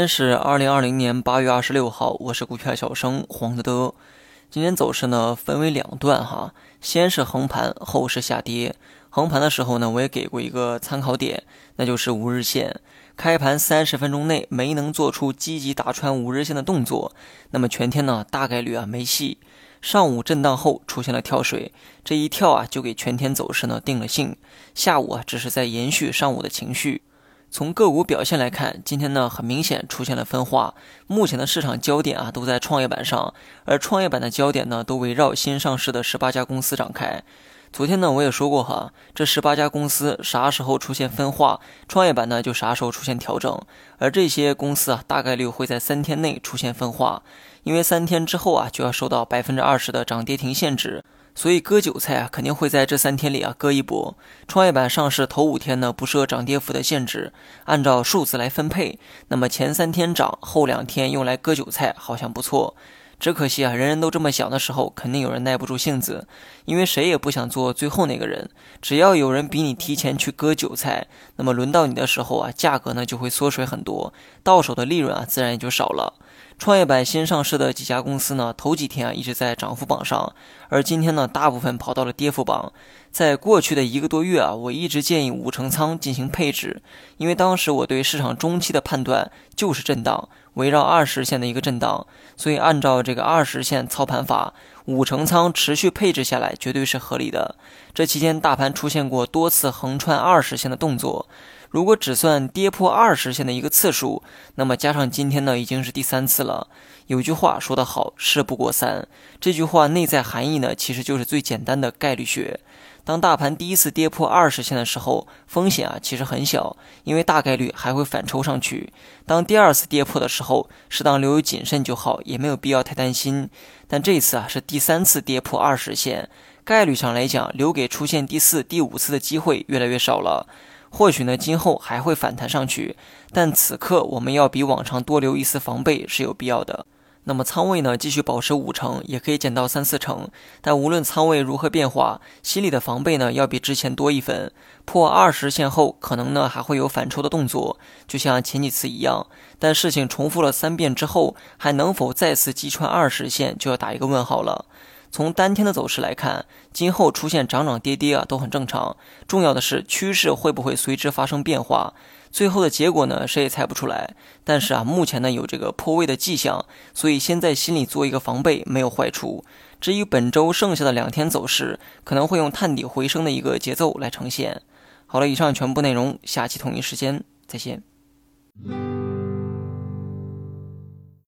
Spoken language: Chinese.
天是2020年8月26号，我是股票小生黄德德。今天走势呢分为两段哈，先是横盘，后是下跌。横盘的时候呢，我也给过一个参考点，那就是5日线。开盘30分钟内没能做出积极打穿5日线的动作，那么全天呢大概率没戏。上午震荡后出现了跳水，这一跳就给全天走势呢定了性。下午只是在延续上午的情绪。从个股表现来看，今天呢很明显出现了分化，目前的市场焦点都在创业板上，而创业板的焦点呢都围绕新上市的18家公司展开。昨天呢我也说过哈，这18家公司啥时候出现分化，创业板呢就啥时候出现调整，而这些公司大概率会在3天内出现分化，因为3天之后就要受到20%的涨跌停限制。所以割韭菜肯定会在这3天里割一波。创业板上市头5天呢不设涨跌幅的限制，按照数字来分配，那么前3天涨，后2天用来割韭菜好像不错。只可惜人人都这么想的时候，肯定有人耐不住性子，因为谁也不想做最后那个人。只要有人比你提前去割韭菜，那么轮到你的时候价格呢就会缩水很多，到手的利润自然也就少了。创业板新上市的几家公司呢，头几天一直在涨幅榜上，而今天呢，大部分跑到了跌幅榜。在过去的1个多月我一直建议5成仓进行配置，因为当时我对市场中期的判断就是震荡，围绕20线的一个震荡，所以按照这个20线操盘法，5成仓持续配置下来绝对是合理的。这期间大盘出现过多次横穿20线的动作，如果只算跌破20线的一个次数，那么加上今天呢已经是第3次了。有句话说得好，事不过3，这句话内在含义呢其实就是最简单的概率学。当大盘第一次跌破20线的时候，风险其实很小，因为大概率还会反抽上去。当第2次跌破的时候，适当留有谨慎就好，也没有必要太担心。但这次是第3次跌破20线，概率上来讲，留给出现第4、第5次的机会越来越少了。或许呢，今后还会反弹上去，但此刻我们要比往常多留一丝防备是有必要的。那么仓位呢，继续保持5成，也可以减到3、4成。但无论仓位如何变化，心理的防备呢，要比之前多1分。破20线后，可能呢还会有反抽的动作，就像前几次一样。但事情重复了3遍之后，还能否再次击穿20线，就要打一个问号了。从单天的走势来看，今后出现涨涨跌跌都很正常，重要的是趋势会不会随之发生变化。最后的结果呢，谁也猜不出来。但是目前呢有这个破位的迹象，所以先在心里做一个防备没有坏处。至于本周剩下的2天走势，可能会用探底回升的一个节奏来呈现。好了，以上全部内容，下期同一时间再见。